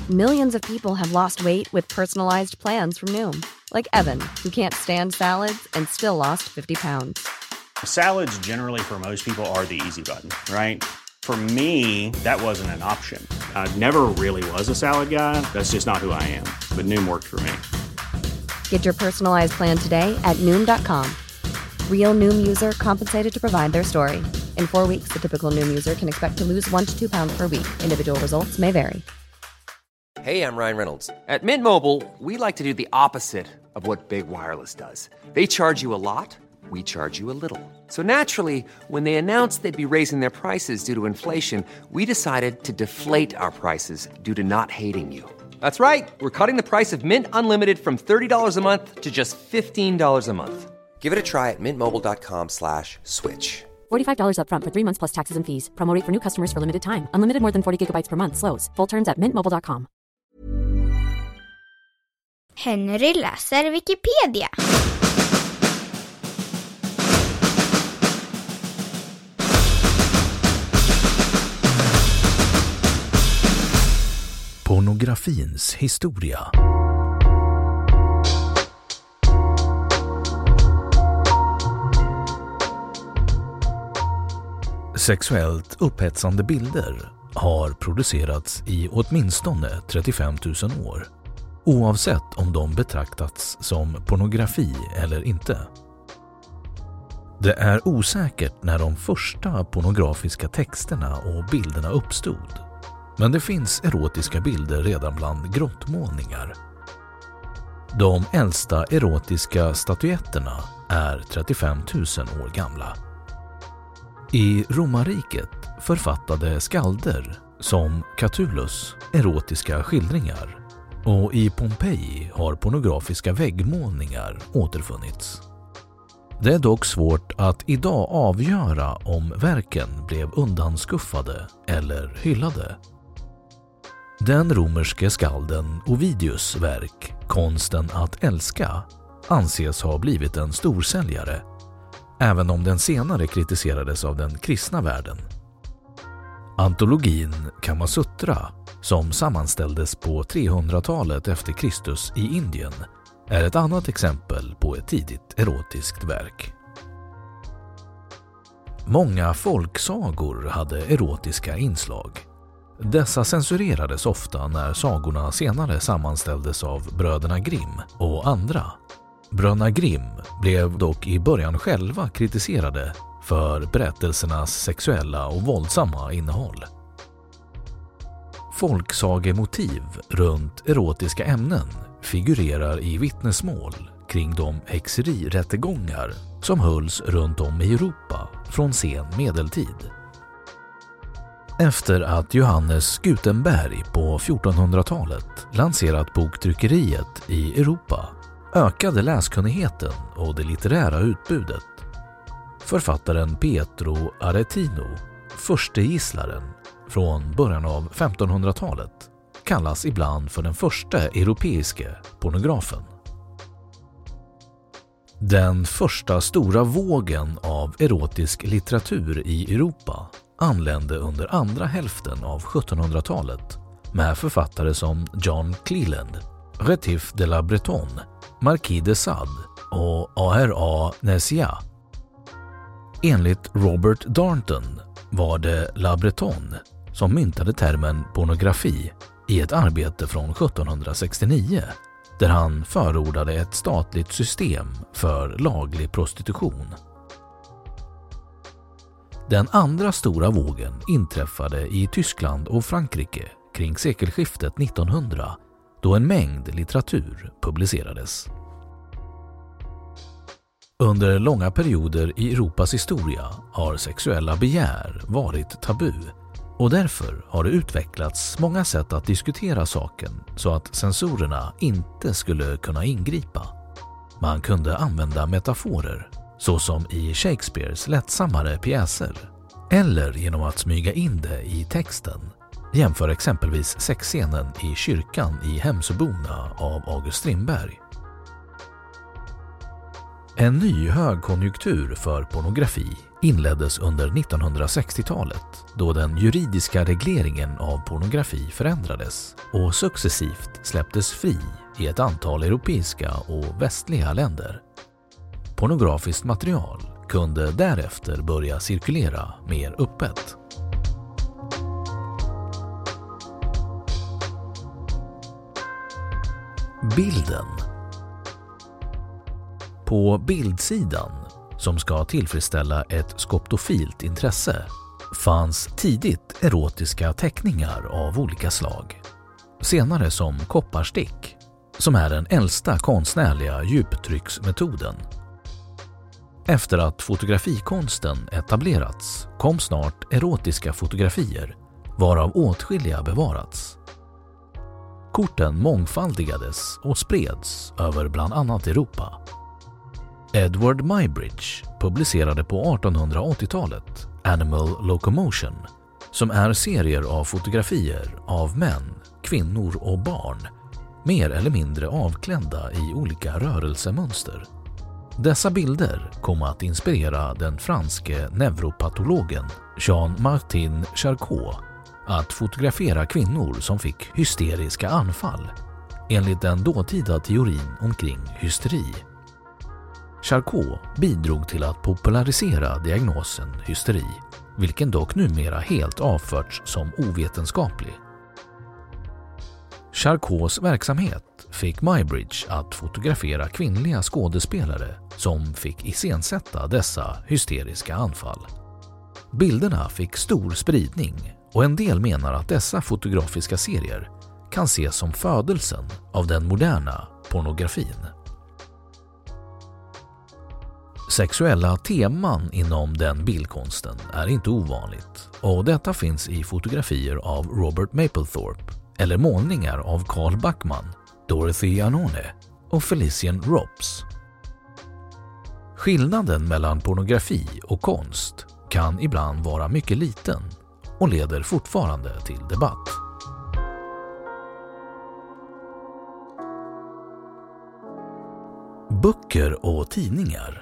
Millions of people have lost weight with personalized plans from Noom. Like Evan, who can't stand salads and still lost 50 pounds. Salads generally for most people are the easy button, right? For me, that wasn't an option. I never really was a salad guy. That's just not who I am. But Noom worked for me. Get your personalized plan today at Noom.com. Real Noom user compensated to provide their story. In 4 weeks, the typical Noom user can expect to lose 1 to 2 pounds per week. Individual results may vary. Hey, I'm Ryan Reynolds. At Mint Mobile, we like to do the opposite of what Big Wireless does. They charge you a lot, we charge you a little. So naturally, when they announced they'd be raising their prices due to inflation, we decided to deflate our prices due to not hating you. That's right. We're cutting the price of Mint Unlimited from $30 a month to just $15 a month. Give it a try at mintmobile.com/switch. $45 up front for 3 months plus taxes and fees. Promo rate for new customers for limited time. Unlimited more than 40 gigabytes per month. Slows full terms at mintmobile.com. Henry läser Wikipedia. Pornografins historia. Sexuellt upphetsande bilder har producerats i åtminstone 35 000 år, oavsett om de betraktats som pornografi eller inte. Det är osäkert när de första pornografiska texterna och bilderna uppstod, men det finns erotiska bilder redan bland grottmålningar. De äldsta erotiska statyetterna är 35 000 år gamla. I Romarriket författade skalder som Catullus erotiska skildringar, och i Pompeji har pornografiska väggmålningar återfunnits. Det är dock svårt att idag avgöra om verken blev undanskuffade eller hyllade. Den romerske skalden Ovidius verk Konsten att älska anses ha blivit en storsäljare, även om den senare kritiserades av den kristna världen. Antologin Kamasutra, som sammanställdes på 300-talet efter Kristus i Indien, är ett annat exempel på ett tidigt erotiskt verk. Många folksagor hade erotiska inslag. Dessa censurerades ofta när sagorna senare sammanställdes av bröderna Grimm och andra. Bröderna Grimm blev dock i början själva kritiserade för berättelsernas sexuella och våldsamma innehåll. Folksagemotiv runt erotiska ämnen figurerar i vittnesmål kring de häxerirättegångar som hölls runt om i Europa från sen medeltid. Efter att Johannes Gutenberg på 1400-talet lanserat boktryckeriet i Europa ökade läskunnigheten och det litterära utbudet. Författaren Pietro Aretino, förstegisslaren från början av 1500-talet, kallas ibland för den första europeiska pornografen. Den första stora vågen av erotisk litteratur i Europa anlände under andra hälften av 1700-talet med författare som John Cleland, Rétif de la Bretonne, Marquis de Sade och A.R.A. Nessiat. Enligt Robert Darnton var det La Bretonne som myntade termen pornografi i ett arbete från 1769, där han förordade ett statligt system för laglig prostitution. Den andra stora vågen inträffade i Tyskland och Frankrike kring sekelskiftet 1900, då en mängd litteratur publicerades. Under långa perioder i Europas historia har sexuella begär varit tabu, och därför har det utvecklats många sätt att diskutera saken så att censorerna inte skulle kunna ingripa. Man kunde använda metaforer, såsom i Shakespeares lättsammare pjäser, eller genom att smyga in det i texten. Jämför exempelvis sexscenen i kyrkan i Hemsöborna av August Strindberg. En ny högkonjunktur för pornografi inleddes under 1960-talet då den juridiska regleringen av pornografi förändrades och successivt släpptes fri i ett antal europeiska och västliga länder. Pornografiskt material kunde därefter börja cirkulera mer öppet. Bilden. På bildsidan, som ska tillfredsställa ett skoptofilt intresse, fanns tidigt erotiska teckningar av olika slag. Senare som kopparstick, som är den äldsta konstnärliga djuptrycksmetoden. Efter att fotografikonsten etablerats kom snart erotiska fotografier, varav åtskilliga bevarats. Korten mångfaldigades och spreds över bland annat Europa. Edward Muybridge publicerade på 1880-talet Animal Locomotion, som är serier av fotografier av män, kvinnor och barn, mer eller mindre avklädda i olika rörelsemönster. Dessa bilder kom att inspirera den franske neuropatologen Jean-Martin Charcot att fotografera kvinnor som fick hysteriska anfall, enligt den dåtida teorin omkring hysteri. Charcot bidrog till att popularisera diagnosen hysteri, vilken dock numera helt avförts som ovetenskaplig. Charcots verksamhet fick Muybridge att fotografera kvinnliga skådespelare som fick iscensätta dessa hysteriska anfall. Bilderna fick stor spridning och en del menar att dessa fotografiska serier kan ses som födelsen av den moderna pornografin. Sexuella teman inom den bildkonsten är inte ovanligt och detta finns i fotografier av Robert Mapplethorpe eller målningar av Carl Backman, Dorothy Anone och Felician Rops. Skillnaden mellan pornografi och konst kan ibland vara mycket liten och leder fortfarande till debatt. Böcker och tidningar.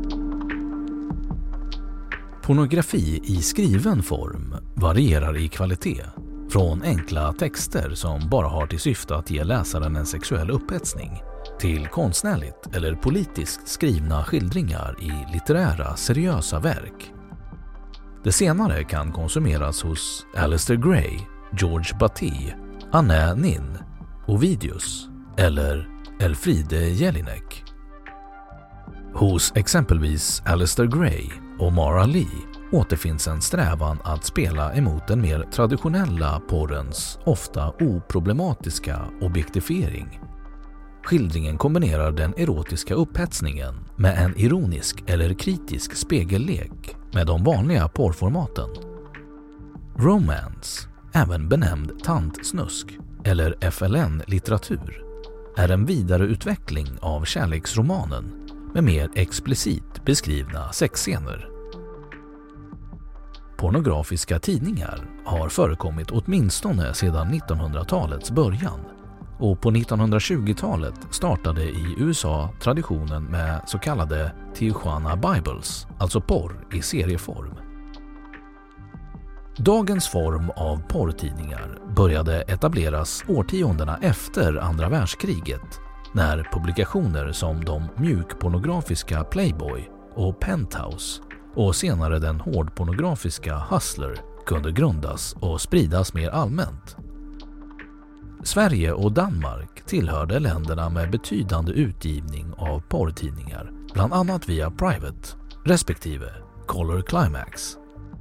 Pornografi i skriven form varierar i kvalitet, från enkla texter som bara har till syfte att ge läsaren en sexuell upphetsning till konstnärligt eller politiskt skrivna skildringar i litterära, seriösa verk. Det senare kan konsumeras hos Aleister Gray, George Batty, Anne Nin, Ovidius eller Elfriede Jelinek. Hos exempelvis Aleister Gray och Mara Lee återfinns en strävan att spela emot den mer traditionella porrens ofta oproblematiska objektifiering. Skildringen kombinerar den erotiska upphetsningen med en ironisk eller kritisk spegellek med de vanliga porrformaten. Romance, även benämnd tantsnusk eller FLN-litteratur, är en vidareutveckling av kärleksromanen med mer explicit beskrivna sexscener. Pornografiska tidningar har förekommit åtminstone sedan 1900-talets början och på 1920-talet startade i USA traditionen med så kallade Tijuana Bibles, alltså porr i serieform. Dagens form av porrtidningar började etableras årtiondena efter andra världskriget när publikationer som de mjukpornografiska Playboy och Penthouse och senare den hårdpornografiska Hustler kunde grundas och spridas mer allmänt. Sverige och Danmark tillhörde länderna med betydande utgivning av porrtidningar, bland annat via Private respektive Color Climax.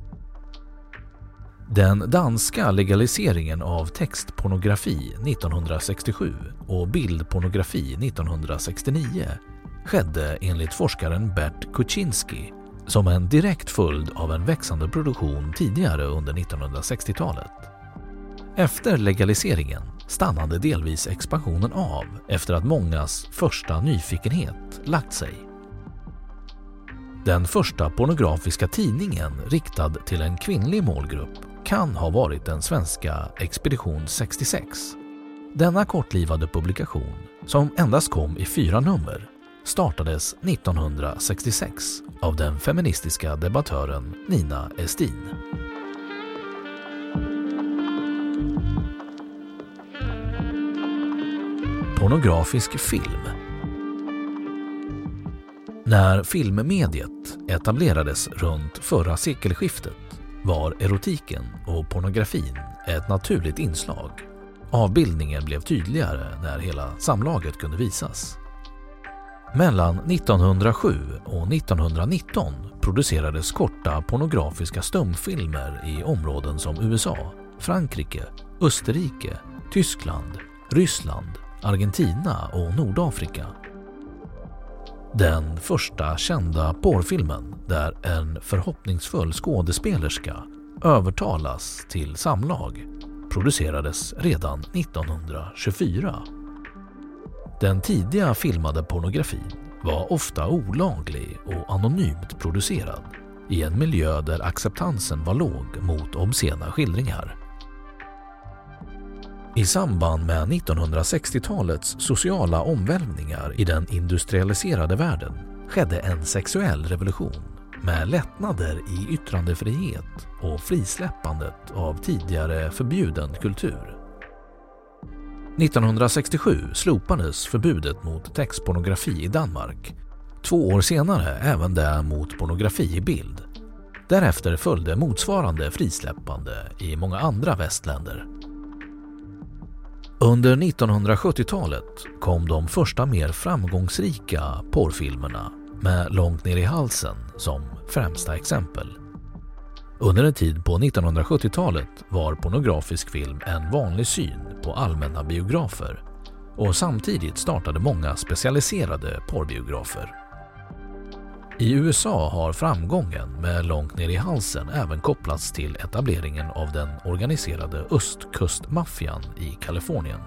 Den danska legaliseringen av textpornografi 1967 och bildpornografi 1969 skedde enligt forskaren Bert Kuczynski som en direkt följd av en växande produktion tidigare under 1960-talet. Efter legaliseringen stannade delvis expansionen av efter att mångas första nyfikenhet lagt sig. Den första pornografiska tidningen riktad till en kvinnlig målgrupp kan ha varit den svenska Expedition 66. Denna kortlivade publikation, som endast kom i 4 nummer, startades 1966 av den feministiska debattören Nina Estin. Pornografisk film. När filmmediet etablerades runt förra sekelskiftet var erotiken och pornografin ett naturligt inslag. Avbildningen blev tydligare när hela samlaget kunde visas. Mellan 1907 och 1919 producerades korta pornografiska stumfilmer i områden som USA, Frankrike, Österrike, Tyskland, Ryssland, Argentina och Nordafrika. Den första kända porrfilmen där en förhoppningsfull skådespelerska övertalas till samlag producerades redan 1924. Den tidiga filmade pornografin var ofta olaglig och anonymt producerad i en miljö där acceptansen var låg mot obscena skildringar. I samband med 1960-talets sociala omvälvningar i den industrialiserade världen skedde en sexuell revolution med lättnader i yttrandefrihet och frisläppandet av tidigare förbjuden kultur. 1967 slopades förbudet mot textpornografi i Danmark. 2 år senare även det mot pornografi i bild. Därefter följde motsvarande frisläppande i många andra västländer. Under 1970-talet kom de första mer framgångsrika porrfilmerna med Långt ner i halsen som främsta exempel. Under en tid på 1970-talet var pornografisk film en vanlig syn på allmänna biografer och samtidigt startade många specialiserade porrbiografer. I USA har framgången med Långt ner i halsen även kopplats till etableringen av den organiserade östkustmaffian i Kalifornien.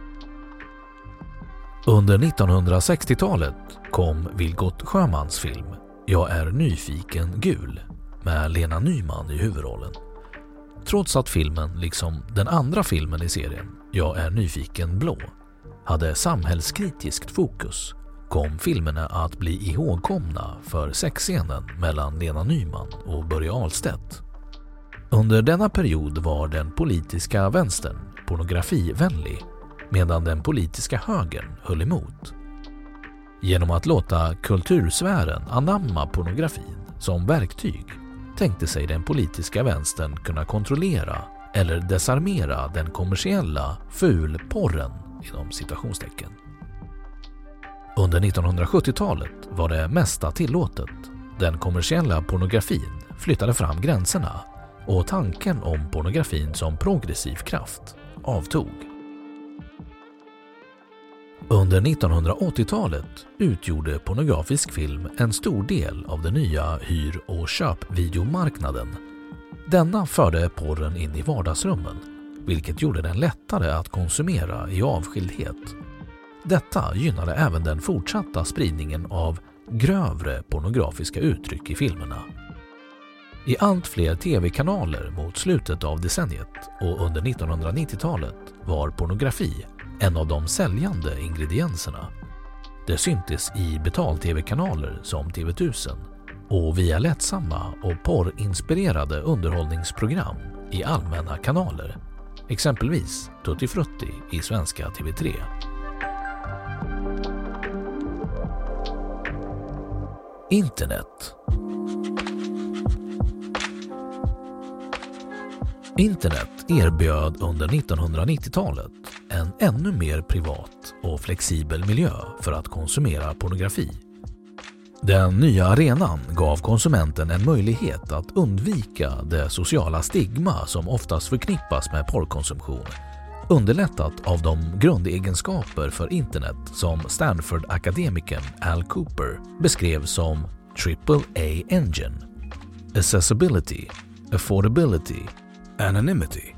Under 1960-talet kom Vilgot Sjömans film Jag är nyfiken gul med Lena Nyman i huvudrollen. Trots att filmen, liksom den andra filmen i serien Jag är nyfiken blå, hade samhällskritiskt fokus, kom filmerna att bli ihågkomna för sexscenen mellan Lena Nyman och Börje Ahlstedt. Under denna period var den politiska vänstern pornografivänlig, medan den politiska högern höll emot. Genom att låta kultursfären anamma pornografin som verktyg tänkte sig den politiska vänstern kunna kontrollera eller desarmera den kommersiella fulporren inom citationstecken. Under 1970-talet var det mesta tillåtet. Den kommersiella pornografin flyttade fram gränserna och tanken om pornografin som progressiv kraft avtog. Under 1980-talet utgjorde pornografisk film en stor del av den nya hyr- och köpvideomarknaden. Denna förde porren in i vardagsrummen, vilket gjorde den lättare att konsumera i avskildhet. Detta gynnade även den fortsatta spridningen av grövre pornografiska uttryck i filmerna. I allt fler tv-kanaler mot slutet av decenniet och under 1990-talet var pornografi en av de säljande ingredienserna. Det syntes i betal-tv-kanaler som TV1000 och via lättsamma och porrinspirerade underhållningsprogram i allmänna kanaler, exempelvis Tutti Frutti i svenska TV3. Internet. Internet erbjöd under 1990-talet en ännu mer privat och flexibel miljö för att konsumera pornografi. Den nya arenan gav konsumenten en möjlighet att undvika det sociala stigma som oftast förknippas med porrkonsumtion, underlättat av de grundegenskaper för internet som Stanford-akademikern Al Cooper beskrev som AAA Engine: Accessibility, Affordability, Anonymity.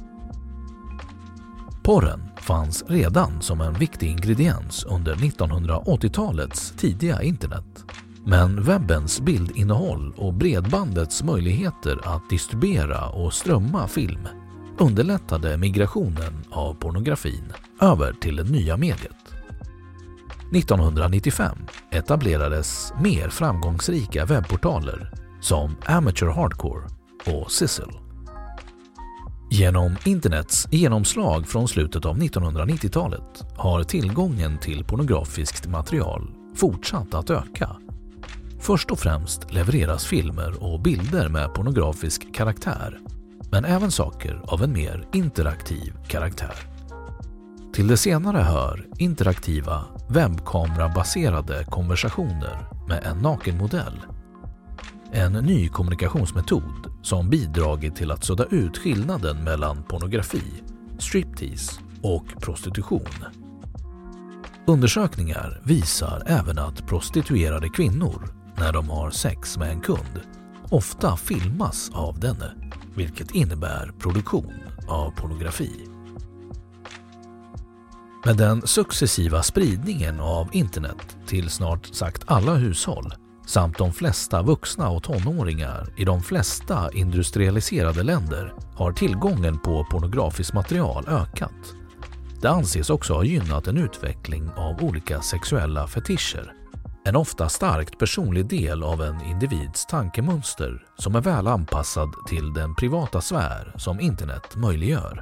Porren fanns redan som en viktig ingrediens under 1980-talets tidiga internet. Men webbens bildinnehåll och bredbandets möjligheter att distribuera och strömma film underlättade migrationen av pornografin över till det nya mediet. 1995 etablerades mer framgångsrika webbportaler som Amateur Hardcore och Sizzle. Genom internets genomslag från slutet av 1990-talet har tillgången till pornografiskt material fortsatt att öka. Först och främst levereras filmer och bilder med pornografisk karaktär, men även saker av en mer interaktiv karaktär. Till det senare hör interaktiva, webbkamerabaserade konversationer med en nakenmodell. En ny kommunikationsmetod som bidragit till att sudda ut skillnaden mellan pornografi, striptease och prostitution. Undersökningar visar även att prostituerade kvinnor, när de har sex med en kund, ofta filmas av denne, vilket innebär produktion av pornografi. Med den successiva spridningen av internet till snart sagt alla hushåll samt de flesta vuxna och tonåringar i de flesta industrialiserade länder har tillgången på pornografiskt material ökat. Det anses också ha gynnat en utveckling av olika sexuella fetischer. En ofta starkt personlig del av en individs tankemönster som är väl anpassad till den privata sfär som internet möjliggör.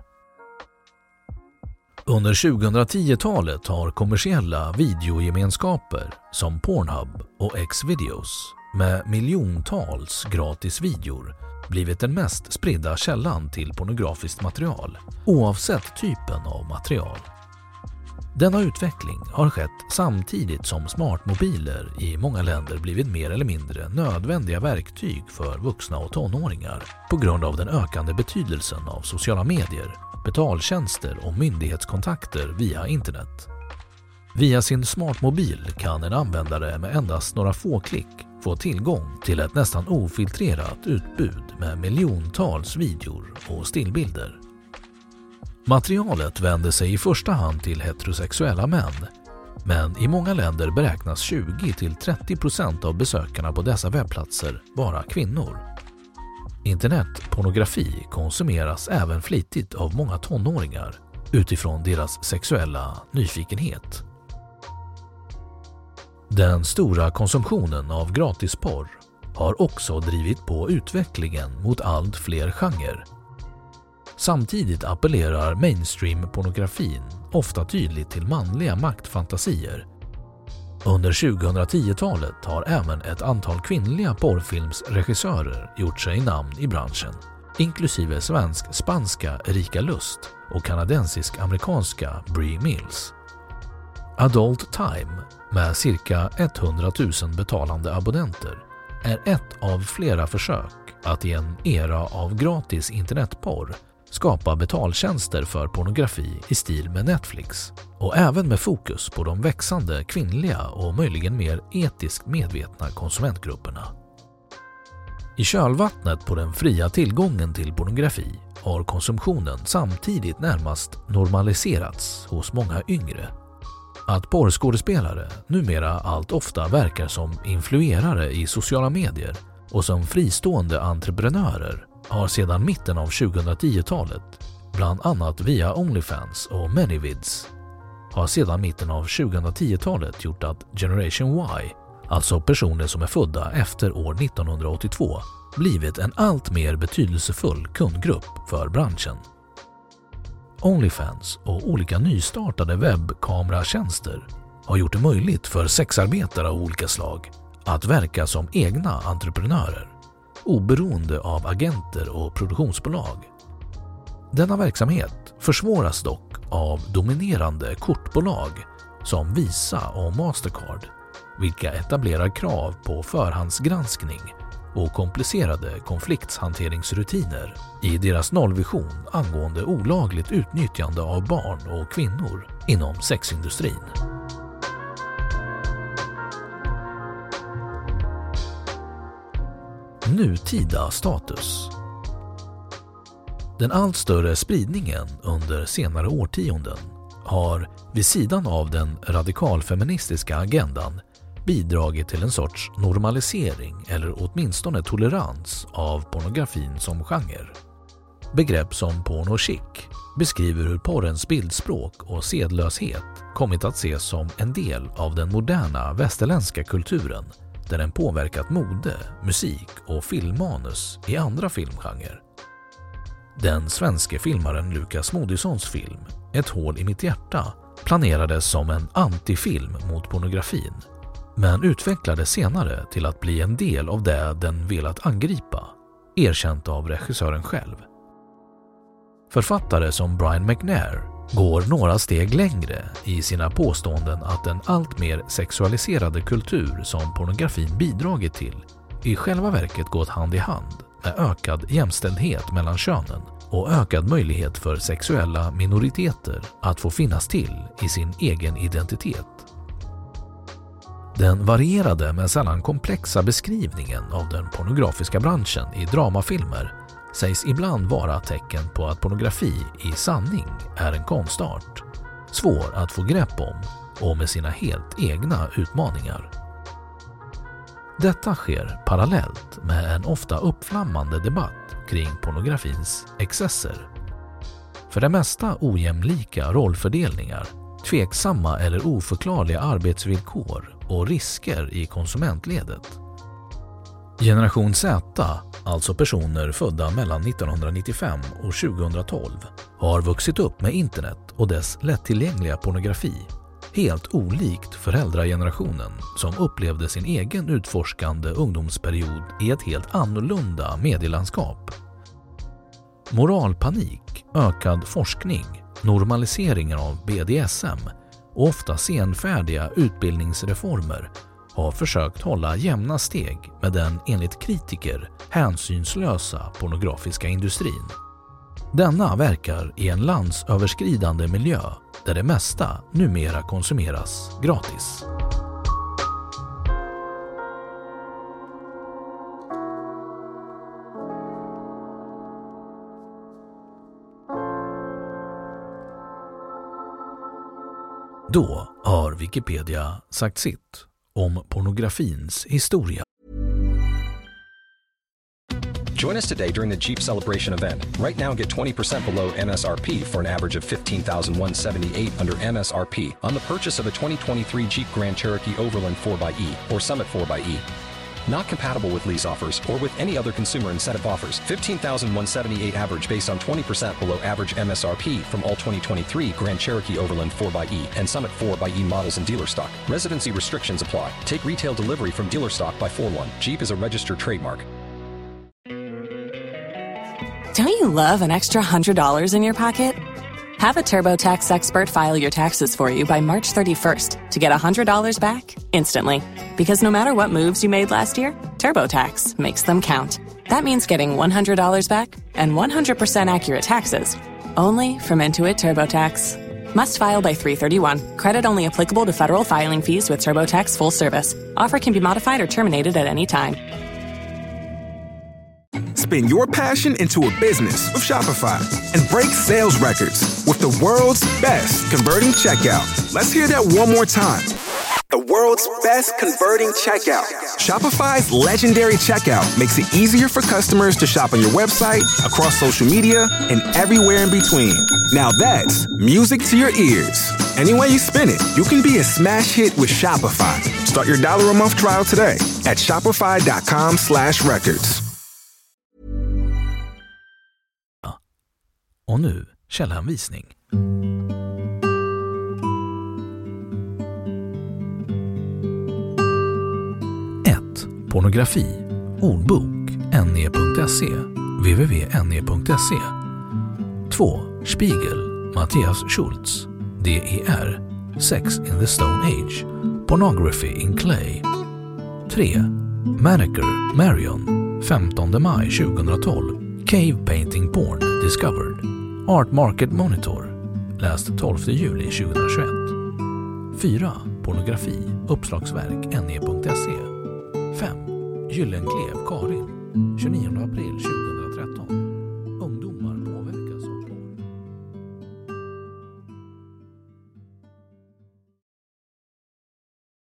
Under 2010-talet har kommersiella videogemenskaper som Pornhub och Xvideos med miljontals gratis videor blivit den mest spridda källan till pornografiskt material, oavsett typen av material. Denna utveckling har skett samtidigt som smartmobiler i många länder blivit mer eller mindre nödvändiga verktyg för vuxna och tonåringar på grund av den ökande betydelsen av sociala medier, betaltjänster och myndighetskontakter via internet. Via sin smartmobil kan en användare med endast några få klick få tillgång till ett nästan ofiltrerat utbud med miljontals videor och stillbilder. Materialet vänder sig i första hand till heterosexuella män, men i många länder beräknas 20-30% av besökarna på dessa webbplatser vara kvinnor. Internetpornografi konsumeras även flitigt av många tonåringar utifrån deras sexuella nyfikenhet. Den stora konsumtionen av gratisporr har också drivit på utvecklingen mot allt fler genrer. Samtidigt appellerar mainstream-pornografin ofta tydligt till manliga maktfantasier. Under 2010-talet har även ett antal kvinnliga porrfilmsregissörer gjort sig namn i branschen, inklusive svensk-spanska Erika Lust och kanadensisk-amerikanska Brie Mills. Adult Time, med cirka 100 000 betalande abonnenter, är ett av flera försök att i en era av gratis internetporr skapa betaltjänster för pornografi i stil med Netflix och även med fokus på de växande kvinnliga och möjligen mer etiskt medvetna konsumentgrupperna. I kölvattnet på den fria tillgången till pornografi har konsumtionen samtidigt närmast normaliserats hos många yngre. Att porrskådespelare numera allt ofta verkar som influerare i sociala medier och som fristående entreprenörer har sedan mitten av 2010-talet, bland annat via OnlyFans och ManyVids, har sedan mitten av 2010-talet gjort att Generation Y, alltså personer som är födda efter år 1982, blivit en allt mer betydelsefull kundgrupp för branschen. OnlyFans och olika nystartade webbkameratjänster har gjort det möjligt för sexarbetare av olika slag att verka som egna entreprenörer, oberoende av agenter och produktionsbolag. Denna verksamhet försvåras dock av dominerande kortbolag som Visa och Mastercard, vilka etablerar krav på förhandsgranskning och komplicerade konflikthanteringsrutiner i deras nollvision angående olagligt utnyttjande av barn och kvinnor inom sexindustrin. Nutida status. Den allt större spridningen under senare årtionden har vid sidan av den radikalfeministiska agendan bidragit till en sorts normalisering eller åtminstone tolerans av pornografin som genre. Begrepp som porno chic beskriver hur porrens bildspråk och sedlöshet kommit att ses som en del av den moderna västerländska kulturen, där den påverkat mode, musik och filmmanus i andra filmgenrer. Den svenske filmaren Lukas Moodyssons film Ett hål i mitt hjärta planerades som en antifilm mot pornografin, men utvecklades senare till att bli en del av det den velat angripa, erkänt av regissören själv. Författare som Brian McNair går några steg längre i sina påståenden att den allt mer sexualiserade kultur som pornografin bidragit till i själva verket gått hand i hand med ökad jämställdhet mellan könen och ökad möjlighet för sexuella minoriteter att få finnas till i sin egen identitet. Den varierade men sällan komplexa beskrivningen av den pornografiska branschen i dramafilmer sägs ibland vara tecken på att pornografi i sanning är en konstart, svår att få grepp om och med sina helt egna utmaningar. Detta sker parallellt med en ofta uppflammande debatt kring pornografins excesser. För det mesta ojämlika rollfördelningar, tveksamma eller oförklarliga arbetsvillkor och risker i konsumentledet. Generation Z, alltså personer födda mellan 1995 och 2012, har vuxit upp med internet och dess lättillgängliga pornografi, helt olikt föräldragenerationen som upplevde sin egen utforskande ungdomsperiod i ett helt annorlunda medielandskap. Moralpanik, ökad forskning, normaliseringen av BDSM och ofta senfärdiga utbildningsreformer har försökt hålla jämna steg med den enligt kritiker hänsynslösa pornografiska industrin. Denna verkar i en landsöverskridande miljö där det mesta numera konsumeras gratis. Då har Wikipedia sagt sitt om pornografins historia. Join us today during the Jeep Celebration event. Right now, get 20% below MSRP for an average of $15,178 under MSRP on the purchase of a 2023 Jeep Grand Cherokee Overland 4xE or Summit 4xE. Not compatible with lease offers or with any other consumer incentive offers. $15,178 average based on 20% below average MSRP from all 2023 Grand Cherokee Overland 4xE and Summit 4xE models in dealer stock. Residency restrictions apply. Take retail delivery from dealer stock by 4/1. Jeep is a registered trademark. Don't you love an extra $100 in your pocket? Have a TurboTax expert file your taxes for you by March 31st to get $100 back instantly. Because no matter what moves you made last year, TurboTax makes them count. That means getting $100 back and 100% accurate taxes, only from Intuit TurboTax. Must file by 3/31. Credit only applicable to federal filing fees with TurboTax full service. Offer can be modified or terminated at any time. Spin your passion into a business with Shopify and break sales records with the world's best converting checkout. Let's hear that one more time. The world's best converting checkout. Shopify's legendary checkout makes it easier for customers to shop on your website, across social media, and everywhere in between. Now that's music to your ears. Any way you spin it, you can be a smash hit with Shopify. Start your $1 a month trial today at shopify.com/records. Och nu källhänvisning. 1. Pornografi. Ordbok. ne.se. www.ne.se. 2. Spiegel. Matthias Schultz. DER. Sex in the Stone Age. Pornography in Clay. 3. Maneker. Marion. 15 maj 2012. Cave Painting Porn Discovered. Art Market Monitor. Läst 12 juli 2021. 4. Pornografi. Uppslagsverk. ne.se. 5. Gyllenklev Karin. 29 april 2021.